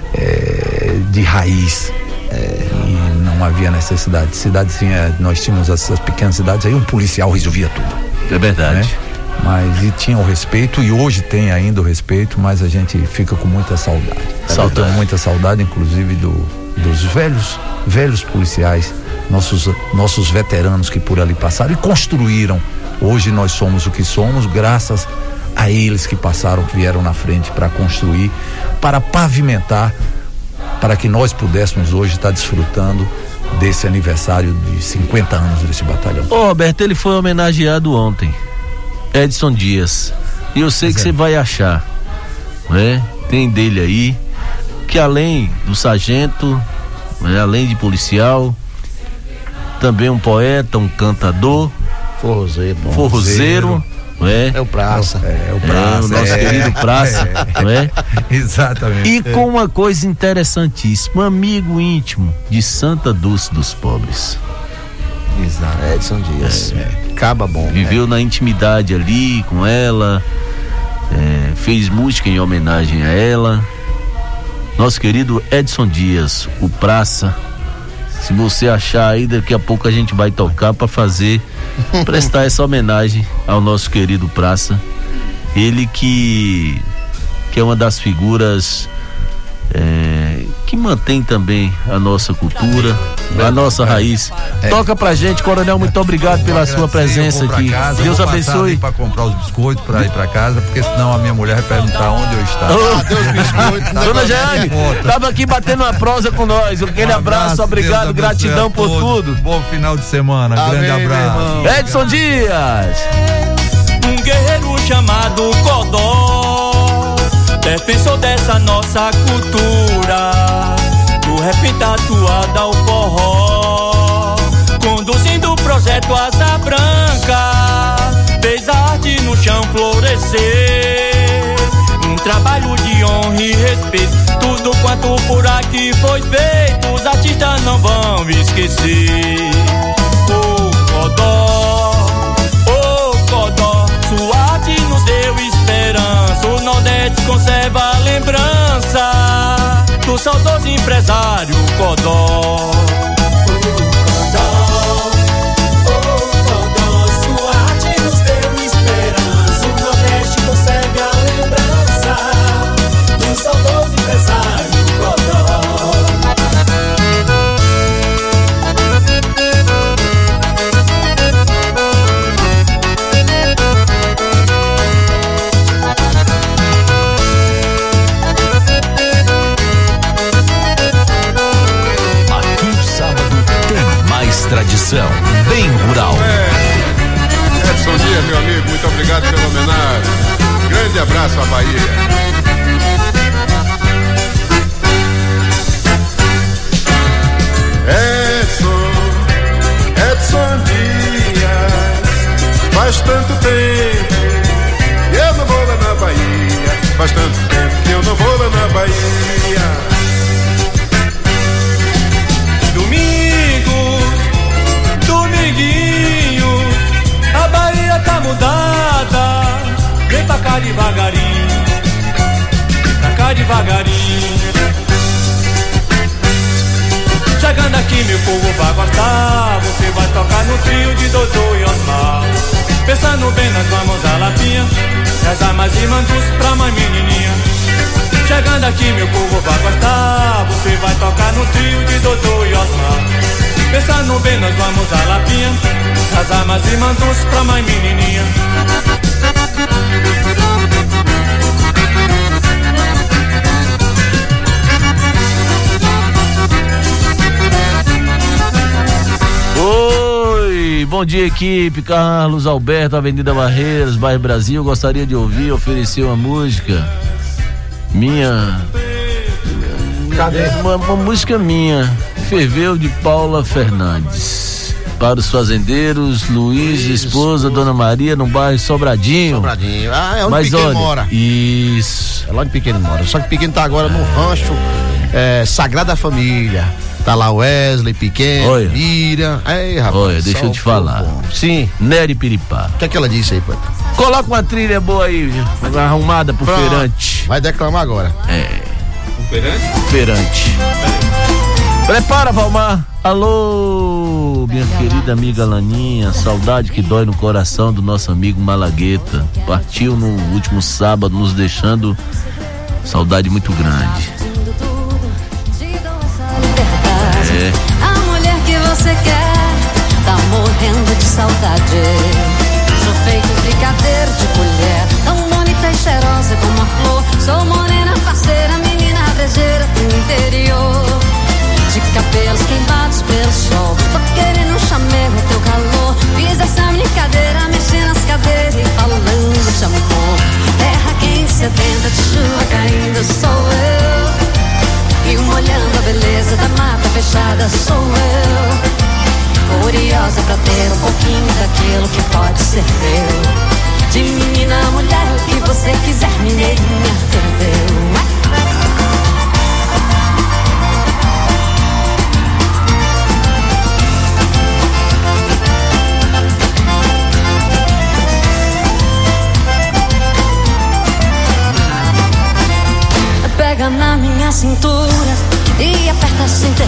é, de raiz. É, e não havia necessidade. Cidadezinha, nós tínhamos essas pequenas cidades, aí um policial resolvia tudo. É verdade. Né? Mas e tinha o respeito, e hoje tem ainda o respeito, mas a gente fica com muita saudade. Saudade. Muita saudade, inclusive, do, dos velhos, velhos policiais, nossos, nossos veteranos que por ali passaram e construíram. Hoje nós somos o que somos, graças a eles que passaram, que vieram na frente para construir, para pavimentar, para que nós pudéssemos hoje estar desfrutando desse aniversário de cinquenta anos desse batalhão. Ô, Roberto, ele foi homenageado ontem. Edson Dias, e eu sei pois que você é. Vai achar, né? Tem dele aí, que além do sargento, né? Além de policial, também um poeta, um cantador, forrozeiro, forrozeiro, né? É o Praça, é, é o Praça, é, o nosso é, querido Praça, é, né? Exatamente. E com uma coisa interessantíssima, amigo íntimo de Santa Dulce dos Pobres. Exato. Edson Dias. É, é. Caba bom. Viveu é. Na intimidade ali com ela, é, fez música em homenagem a ela. nosso querido Edson Dias, o Praça. Se você achar aí, daqui a pouco a gente vai tocar para fazer, prestar essa homenagem ao nosso querido Praça. Ele que, que é uma das figuras é, que mantém também a nossa cultura, a nossa raiz. É. Toca pra gente, Coronel, muito obrigado pela sua presença aqui. Casa, Deus abençoe. Para comprar os biscoitos para ir para casa, porque senão a minha mulher vai perguntar onde eu estava. Oh, Deus biscoito. Dona Jeane, tava aqui batendo uma prosa com nós. Aquele um abraço, abraço, obrigado, gratidão por tudo. Bom final de semana, Amém, grande abraço. Edson Dias. Um guerreiro chamado Codó, defensor dessa nossa cultura, do rap tatuado ao forró, conduzindo o projeto Asa Branca, fez a arte no chão florescer, um trabalho de honra e respeito, tudo quanto por aqui foi feito, os artistas não vão esquecer. O Codó, o Codó, sua arte nos deu esperança, o Nordeste conserva a lembrança do saudoso empresário Codó. Tradição, bem rural. É. Edson Dias, meu amigo, muito obrigado pela homenagem. Grande abraço à Bahia. Edson, Edson Dias, faz tanto tempo que eu não vou lá na Bahia. Faz tanto tempo que eu não vou lá na Bahia. A Bahia tá mudada, vem pra cá devagarinho, vem pra cá devagarinho. Chegando aqui meu povo vai gostar, você vai tocar no trio de Dodô e Osmar. Pensando bem nós vamos à lapinha, as armas e mandus pra mãe menininha. Chegando aqui meu povo vai gostar, você vai tocar no trio de Dodô e Osmar. Pensando bem nós vamos à lapinha, as armas e mandus pra mãe menininha. Oi, bom dia equipe, Carlos Alberto, Avenida Barreiras, bairro Brasil. Gostaria de ouvir, oferecer uma música minha. Cadê? Uma, uma música minha, Ferveu, de Paula Fernandes. Para os fazendeiros, Luiz, esposa, Dona Maria, no bairro Sobradinho. Sobradinho. Ah, é onde Mas Pequeno olha, mora. Isso. É lá onde Pequeno mora. Só que Pequeno tá agora no rancho é, Sagrada Família. Tá lá Wesley, Pequeno, Olha. Mira. Ei, rapaz. Olha, deixa eu te falar. Bom. Sim. Nery Piripá. O que é que ela disse aí, pai? Coloca uma trilha boa aí, arrumada pro Pronto. feirante. Vai declamar agora. É. O feirante? Feirante. Prepara, Valmar. Alô, minha querida amiga Laninha, saudade que dói no coração do nosso amigo Malagueta. Partiu no último sábado, nos deixando saudade muito grande. É. A mulher que você quer tá morrendo de saudade. Sou feito brincadeira de colher, tão bonita e cheirosa como a flor. Sou morena, parceira, menina brejeira do interior, de cabelos queimados pelo sol. Tô querendo um chamego, teu calor. Fiz essa brincadeira, mexendo nas cadeiras e falando de amor. Terra quente, sedenta de chuva caindo, sou eu. E molhando a beleza da mata fechada, sou eu. Curiosa pra ter um pouquinho daquilo que pode ser meu.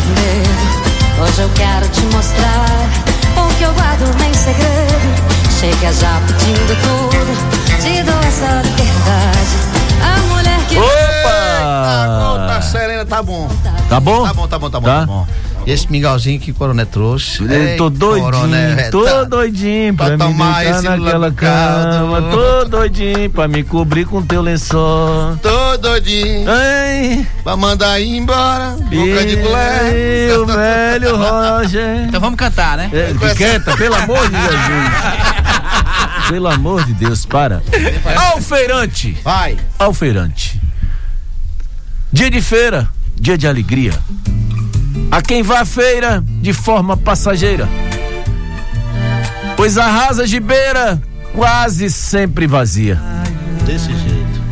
medo. Hoje eu quero te mostrar o que eu guardo em segredo. Chega já pedindo tudo, te dou essa liberdade. A mulher que... Opa! Tá, Serena, tá bom. Tá bom? Tá bom, tá bom, tá bom, Tá? tá bom. E esse mingauzinho que o Coronel trouxe. Eu tô doidinho, Coronel, tô tá, doidinho pra, pra me tomar deitar esse naquela labucado. cama. Tô doidinho pra me cobrir com teu lençol. Tô doidinho. Ei. Pra mandar ir embora. Boca de colher. E o velho Roger. Então vamos cantar, né? É, que canta, pelo amor de Jesus. Pelo amor de Deus, para. Alfeirante. Vai. Alfeirante. Dia de feira, dia de alegria. A quem vá à feira de forma passageira, pois a rasa de beira quase sempre vazia. Desse jeito.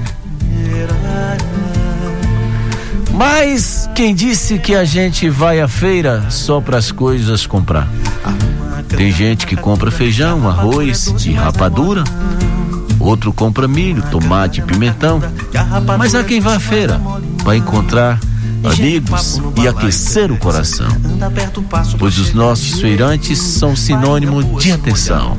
Mas quem disse que a gente vai à feira só para as coisas comprar? Tem gente que compra feijão, arroz e rapadura. Outro compra milho, tomate e pimentão. Mas há quem vá à feira para encontrar amigos e aquecer o coração, pois os nossos feirantes são sinônimo de atenção.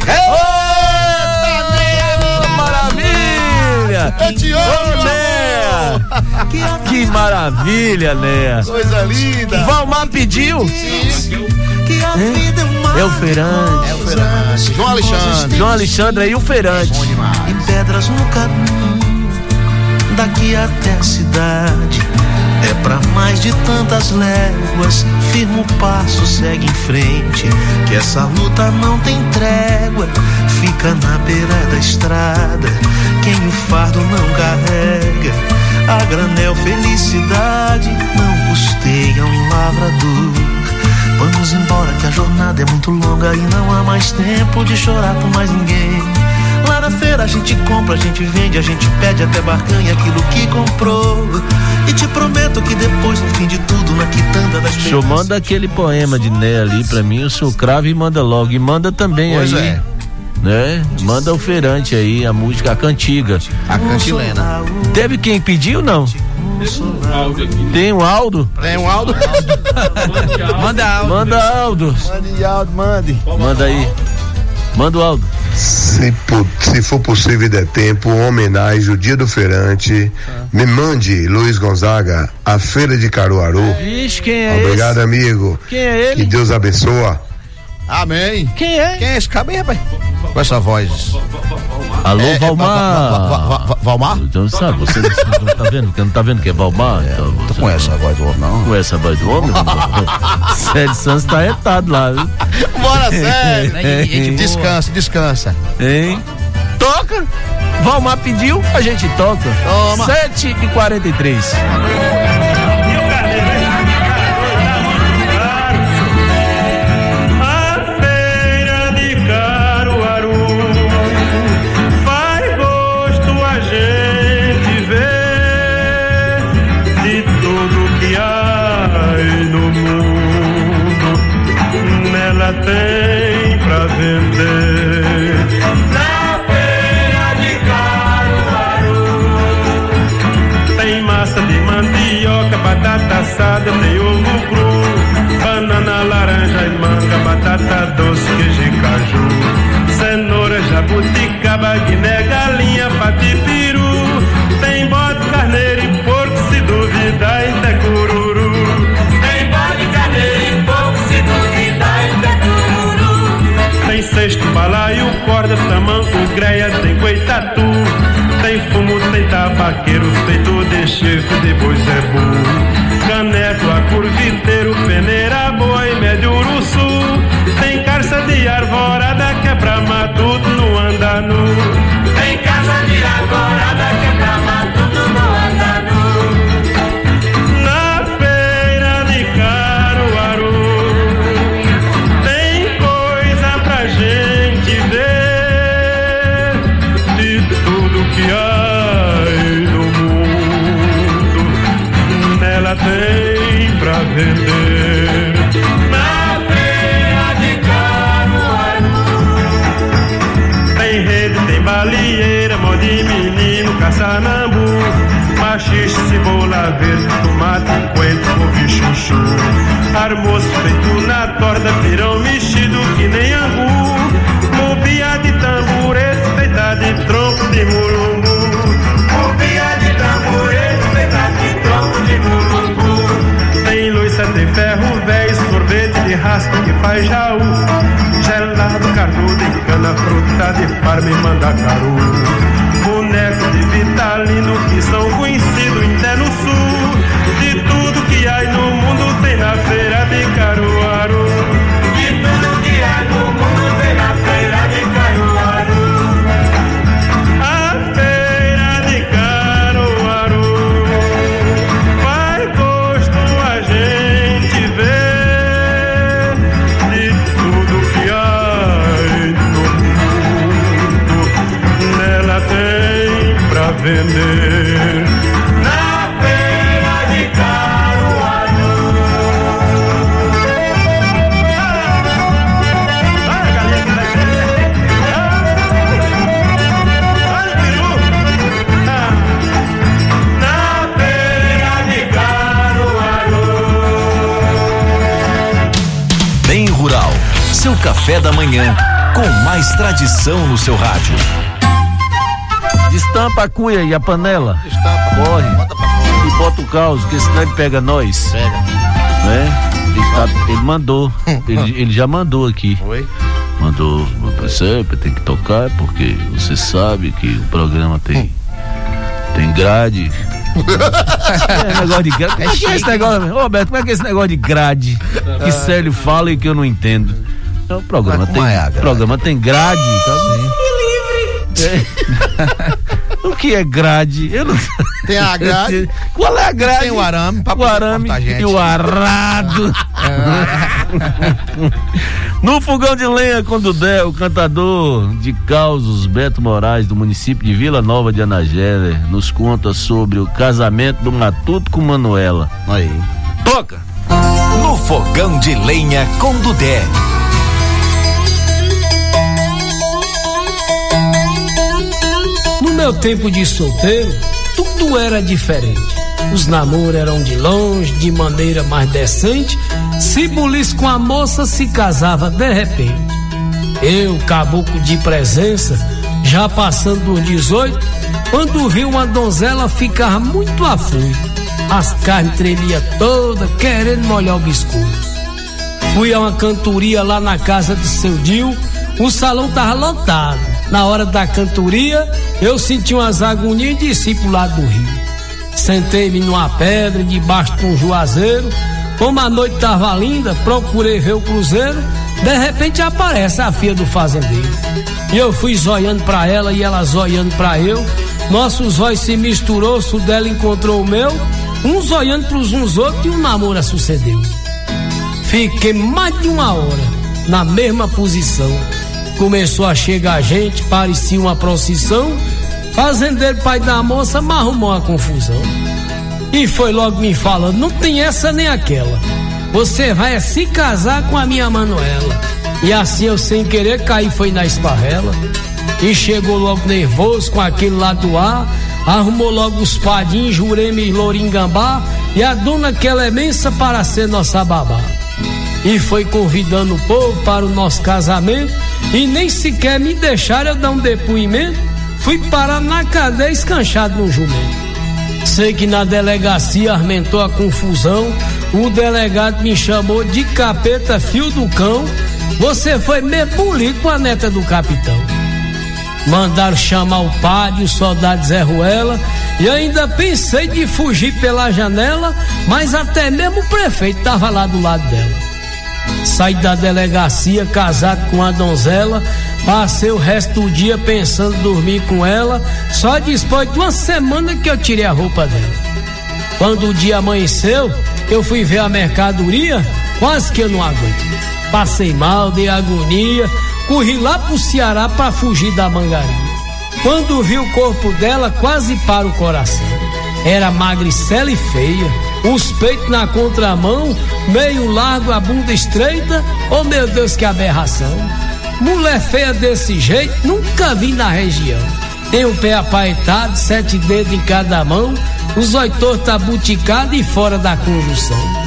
Eita, maravilha! Eu te amo, Néa! Que maravilha, Néa! Coisa linda! Valmar pediu? Sim. É, é o feirante. É o feirante. João Alexandre. João Alexandre aí, o feirante. E pedras no caminho, daqui até a cidade. É pra mais de tantas léguas, firma o passo, segue em frente, que essa luta não tem trégua, fica na beira da estrada, quem o fardo não carrega, a granel felicidade, não custeia um lavrador. Vamos embora que a jornada é muito longa e não há mais tempo de chorar por mais ninguém. Lá na feira a gente compra, a gente vende, a gente pede até barganha aquilo que comprou. E te prometo que depois, no fim de tudo, na quitanda das O senhor manda aquele poema de Né ali pra mim, o senhor crava e manda logo. E manda também Pois aí, é. né? Manda o feirante aí, a música, a cantiga. A cantilena. Teve quem pediu, não? Tem um Aldo? Tem um Aldo? Manda Aldo. Manda Aldo. Mande Aldo, mande. Manda aí. Manda o Aldo. Se, se for possível e der tempo, uma homenagem ao Dia do Feirante. Ah. Me mande, Luiz Gonzaga, a Feira de Caruaru. Vixe, quem é Obrigado, esse? amigo. Quem é ele? Que Deus abençoa. Amém. Quem é? Quem é esse cabelo, rapaz? Com essa voz. Alô, É, é, Valmar. Va- Va- Va- Va- Valmar? Então, sabe, você não, não tá vendo? Porque não tá vendo que é Valmar? É, então, tô com essa voz do homem, não. Com essa voz do homem? Sérgio Santos tá retado lá, viu? Bora, Sérgio. Hein? Descansa, descansa. Hein? Toca. Valmar pediu, a gente toca. Toma. sete e quarenta e três. Tem pra vender na feira de Caruaru. Tem massa de mandioca, batata assada, tem ovo cru, banana, laranja e manga, batata doce, queijo e caju, cenoura, jabuticaba, guiné, galinha, pati, peru. Tem bode, carneiro e porco, se duvidar até cururu. Tem bode, carneiro e porco, se duvidar até tem cesto, balaio, corda, tamanco, greia, tem coitatu. Tem fumo, tem tabaqueiro, feito de chifre, depois é burro. Caneco, a curviteiro, peneira, boi, médio, uruçu. Tem carça de arvorada, que é pra matuto, não anda nu. Tem carça de arvorada, que é pra matuto, não anda nu. Na feira de Caruaru gente vê de tudo que há no mundo, nela tem pra vender. Na feira de Caruaru tem rede, tem baleeira, mó de menino, caçanambu, machixe, cebola verde, tomate, coentro, couve, chuchu, mar moço feito na torda, pirão mexido que nem angu, bobia de tamborete feita de tronco de mulungu, bobia de tamborete feita de tronco de mulungu. Tem loiça, tem ferro velho, sorvete de raspa que faz jaú, gelado, carnudo e cana, fruta de parma e mandacaru, boneco de vitalino que são conhecidos até no sul, de tudo que há no mundo tem na feira de Caruaru, de tudo que há no mundo tem na feira de Caruaru, a feira de Caruaru, faz gosto a gente ver, de tudo que há no mundo, nela tem pra vender. Seu café da manhã, com mais tradição no seu rádio. Destampa a cuia e a panela. Destampa. Corre. Bota pra fora. E bota o caos, porque senão ele pega nós. Pega. Né? Ele, tá, ele mandou. ele, ele já mandou aqui. Oi? Mandou. Você tem que tocar, porque você sabe que o programa tem, tem grade. É negócio de grade. Como é que é esse negócio? Ô, Roberto, como é que é esse negócio de grade? Que Célio fala e que eu não entendo. Então, o programa tem, é programa tem grade. Tá? Livre. É. O que é grade? Eu não... Tem a grade. Qual é a grade? Tem o arame. O arame e o arado. No fogão de lenha com Dudé, o cantador de causos Beto Moraes, do município de Vila Nova de Anagé, nos conta sobre o casamento do Matuto com Manuela. Aí. Toca! No fogão de lenha com Dudé. No meu tempo de solteiro, tudo era diferente. Os namoros eram de longe, de maneira mais decente. Se bulisse com a moça, se casava de repente. Eu, caboclo de presença, já passando dos dezoito, quando vi uma donzela, ficava muito afoito. As carnes tremiam todas, querendo molhar o biscoito. Fui a uma cantoria lá na casa do seu Dil, o salão tava lotado. Na hora da cantoria, eu senti umas agonias e desci pro lado do rio. Sentei-me numa pedra, debaixo de um juazeiro. Como a noite tava linda, procurei ver o cruzeiro. De repente aparece a filha do fazendeiro. E eu fui zoiando pra ela e ela zoiando pra eu. Nossos zóis se misturou, o dela encontrou o meu. Um zoiando pros uns outros e um namoro sucedeu. Fiquei mais de uma hora na mesma posição. Começou a chegar gente, parecia uma procissão. Fazendeiro, pai da moça, mas arrumou uma confusão. E foi logo me falando, não tem essa nem aquela. Você vai se casar com a minha Manuela. E assim eu sem querer caí, foi na esparrela. E chegou logo nervoso com aquele lá do ar. Arrumou logo os padinhos, Jurema, Loringambá. E a dona que ela é imensa para ser nossa babá. E foi convidando o povo para o nosso casamento. E nem sequer me deixaram eu dar um depoimento. Fui parar na cadeia escanchado no jumento. Sei que na delegacia aumentou a confusão. O delegado me chamou de capeta, fio do cão. Você foi mesmo bulir com a neta do capitão. Mandaram chamar o padre, o soldado Zé Ruela. E ainda pensei de fugir pela janela, mas até mesmo o prefeito tava lá do lado dela. Saí da delegacia casado com a donzela. Passei o resto do dia pensando em dormir com ela. Só depois de uma semana que eu tirei a roupa dela. Quando o dia amanheceu, eu fui ver a mercadoria. Quase que eu não aguento. Passei mal, dei agonia. Corri lá pro Ceará pra fugir da mangaria. Quando vi o corpo dela, quase para o coração. Era magricela e feia, os peitos na contramão, meio largo, a bunda estreita. Oh meu Deus, que aberração. Mulher feia desse jeito, nunca vi na região. Tem o pé apaetado, sete dedos em cada mão, os oito tá buticado e fora da conjunção.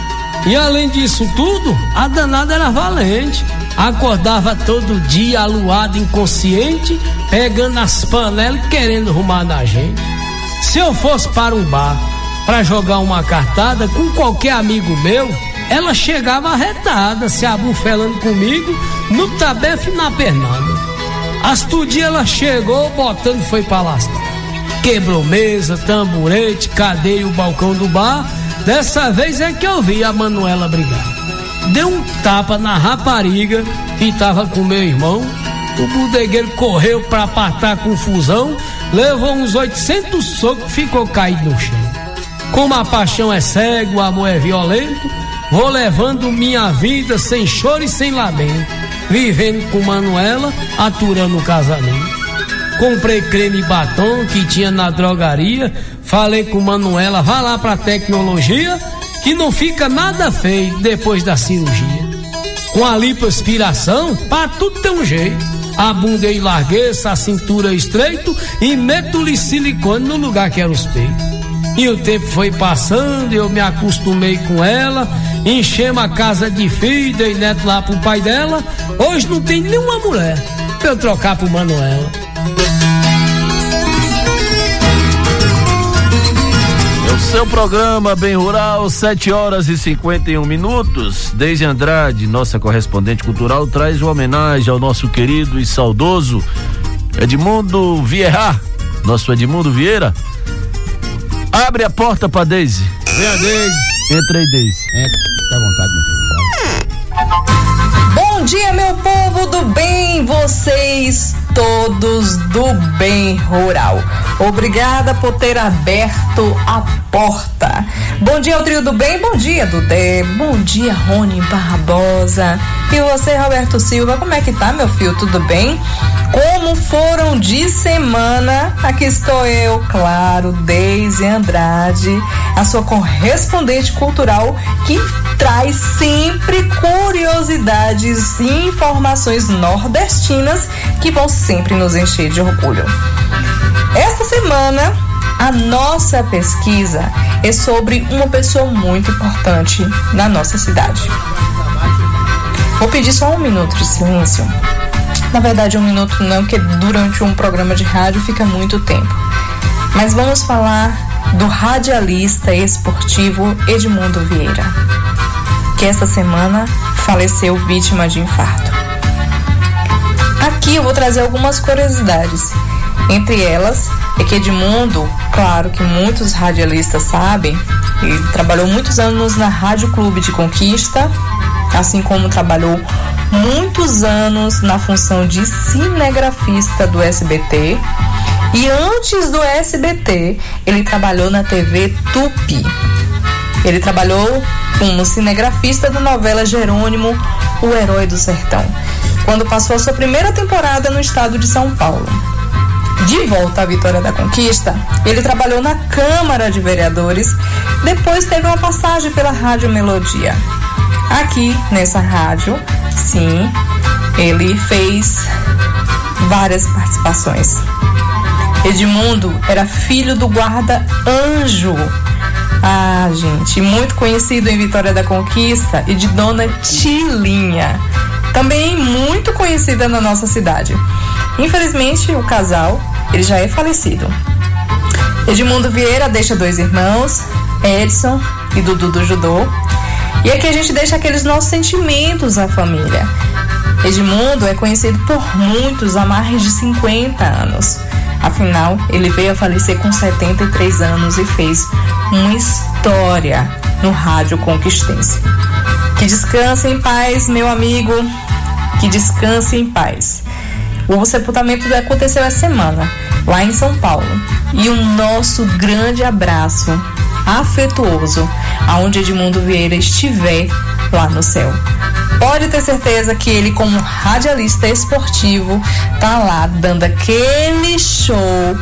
E além disso tudo, a danada era valente. Acordava todo dia aluado, inconsciente, pegando as panelas e querendo arrumar na gente. Se eu fosse para um bar para jogar uma cartada com qualquer amigo meu, ela chegava arretada, se abufelando comigo no tabefe e na pernada. Astudinha ela chegou, botando foi pra lascar. Quebrou mesa, tamborete, cadeira e o balcão do bar. Dessa vez é que eu vi a Manuela brigar. Deu um tapa na rapariga que tava com meu irmão. O bodegueiro correu pra apartar a confusão, levou uns oitocentos socos e ficou caído no chão. Como a paixão é cega, o amor é violento, vou levando minha vida sem choro e sem lamento, vivendo com Manuela, aturando o casamento. Comprei creme e batom que tinha na drogaria, falei com Manuela, vá lá pra tecnologia, que não fica nada feio depois da cirurgia. Com a lipoaspiração, pra tudo tem um jeito. A bunda eu largueça, a cintura estreito e meto-lhe silicone no lugar que era os peitos. E o tempo foi passando, eu me acostumei com ela, enchemos a casa de filha e neto lá pro pai dela. Hoje não tem nenhuma mulher pra eu trocar pro Manuela. O seu programa Bem Rural, sete horas e cinquenta e um minutos. Deise Andrade, nossa correspondente cultural, traz uma homenagem ao nosso querido e saudoso Edmundo Vieira. Nosso Edmundo Vieira. Abre a porta pra Deise. Venha, Deise. Entra aí, Deise. Entra, fica à vontade, meu filho. Bom dia, meu povo do bem, vocês todos do Bem Rural. Obrigada por ter aberto a porta. Bom dia ao trio do bem, bom dia, Dudé, bom dia, Rony Barbosa. E você, Roberto Silva, como é que tá, meu filho? Tudo bem? Como foram de semana? Aqui estou eu, claro, Deise Andrade, a sua correspondente cultural que traz sempre curiosidades e informações nordestinas que vão sempre nos encher de orgulho. Esta semana, a nossa pesquisa é sobre uma pessoa muito importante na nossa cidade. Vou pedir só um minuto de silêncio. Na verdade, um minuto não, porque durante um programa de rádio fica muito tempo. Mas vamos falar do radialista esportivo Edmundo Vieira, que esta semana faleceu vítima de infarto. Aqui eu vou trazer algumas curiosidades. Entre elas é que Edmundo, claro que muitos radialistas sabem, ele trabalhou muitos anos na Rádio Clube de Conquista, assim como trabalhou muitos anos na função de cinegrafista do S B T. E antes do S B T, ele trabalhou na T V Tupi. Ele trabalhou como cinegrafista da novela Jerônimo, o Herói do Sertão, quando passou a sua primeira temporada no estado de São Paulo. De volta à Vitória da Conquista, ele trabalhou na Câmara de Vereadores, depois teve uma passagem pela Rádio Melodia. Aqui, nessa rádio, sim, ele fez várias participações. Edmundo era filho do guarda Anjo, ah, gente, muito conhecido em Vitória da Conquista, e de Dona Tilinha, também muito conhecida na nossa cidade. Infelizmente, o casal, ele já é falecido. Edmundo Vieira deixa dois irmãos, Edson e Dudu do Judô. E aqui a gente deixa aqueles nossos sentimentos à família. Edmundo é conhecido por muitos há mais de cinquenta anos. Afinal, ele veio a falecer com setenta e três anos e fez uma história no rádio conquistense. Que descanse em paz, meu amigo. Que descanse em paz. O sepultamento aconteceu essa semana, lá em São Paulo. E o nosso grande abraço afetuoso aonde Edmundo Vieira estiver lá no céu. Pode ter certeza que ele, como radialista esportivo, tá lá dando aquele show,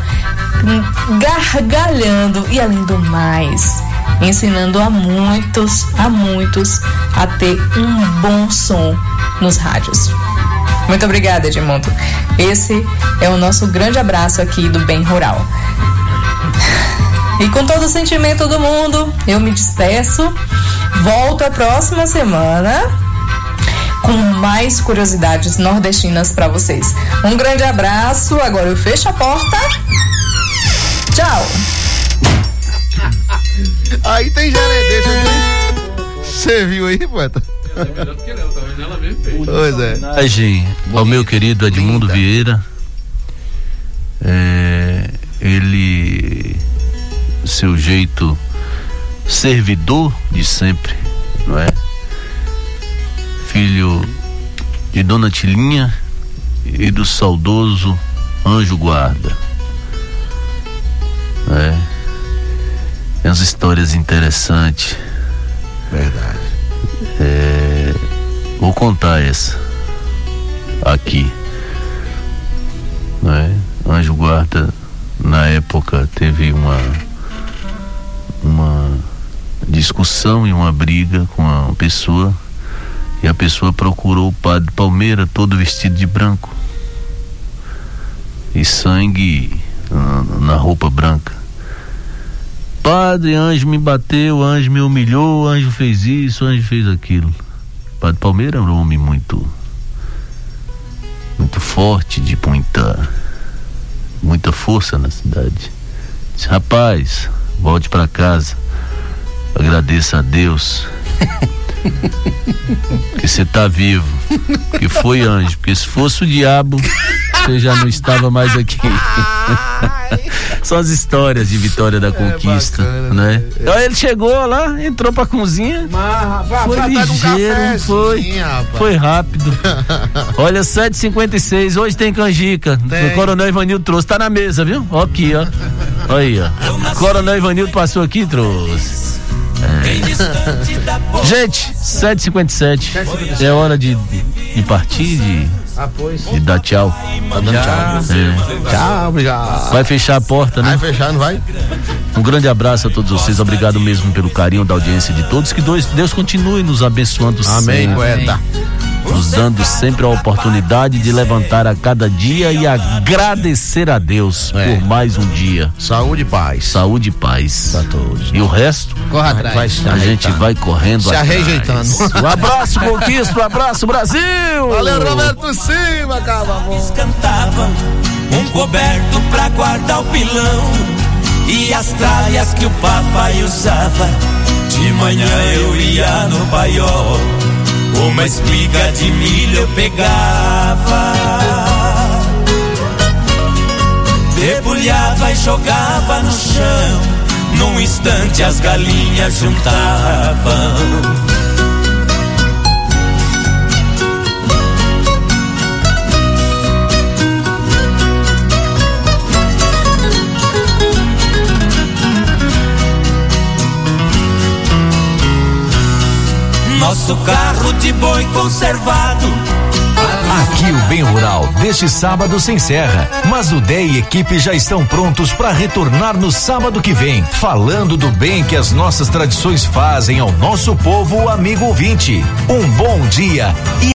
gargalhando e, além do mais, ensinando a muitos, a muitos a ter um bom som nos rádios. Muito obrigada, Edmundo. Esse é o nosso grande abraço aqui do Bem Rural. E com todo o sentimento do mundo, eu me despeço. Volto a próxima semana com mais curiosidades nordestinas para vocês. Um grande abraço, agora eu fecho a porta. Tchau. Aí tem gerente, você viu aí, poeta? É melhor do que não, talvez ela mesmo fez. Pois é. Homenagem ao meu querido Edmundo Linda. Vieira. É, ele, seu jeito servidor de sempre, não é? Filho de Dona Tilinha e do saudoso Anjo Guarda. É. Tem umas histórias interessantes. Verdade. É, vou contar essa aqui. Não é? Anjo Guarda, na época, teve uma uma discussão e uma briga com uma pessoa, e a pessoa procurou o padre Palmeira todo vestido de branco e sangue na, na roupa branca. Padre, Anjo me bateu, Anjo me humilhou, Anjo fez isso, Anjo fez aquilo. O padre Palmeira era um homem muito muito forte, de muita muita força na cidade. Disse: rapaz, volte para casa, agradeça a Deus que você tá vivo, que foi Anjo, porque se fosse o diabo você já não estava mais aqui. São as histórias de Vitória da Conquista, é bacana, né? É. Então ele chegou lá, entrou pra cozinha, Mas, foi ligeiro, foi, foi rápido. Olha, sete e cinquenta e seis, hoje tem canjica. Tem. O Coronel Ivanildo trouxe, tá na mesa, viu? Ó aqui, ó. Olha aí, ó. O Coronel Ivanildo passou aqui e trouxe. É. Gente, sete e cinquenta e sete, é hora de, de partir, de, ah, pois. de dar tchau. Tá dando tchau. É. Tchau, obrigado. Vai fechar a porta, né? Vai fechar, não vai? Um grande abraço a todos vocês, obrigado mesmo pelo carinho da audiência de todos, que Deus, Deus continue nos abençoando. Amém, sempre. Poeta. Nos dando sempre a oportunidade de levantar a cada dia e agradecer a Deus é. por mais um dia. Saúde e paz. Saúde e paz. Pra todos. E o resto? Corra atrás. Vai, a gente vai correndo se arrejeitando. Um abraço, Conquista, um abraço, Brasil! Valeu, Roberto Cima, cara. Eles cantavam um coberto pra guardar o pilão e as tralhas que o papai usava. De manhã eu ia no paiol, uma espiga de milho eu pegava, debulhava e jogava no chão. Num instante as galinhas juntavam. Nosso carro de boi conservado. Aqui o Bem Rural deste sábado se encerra, mas o Dé e equipe já estão prontos para retornar no sábado que vem, falando do bem que as nossas tradições fazem ao nosso povo amigo ouvinte. Um bom dia e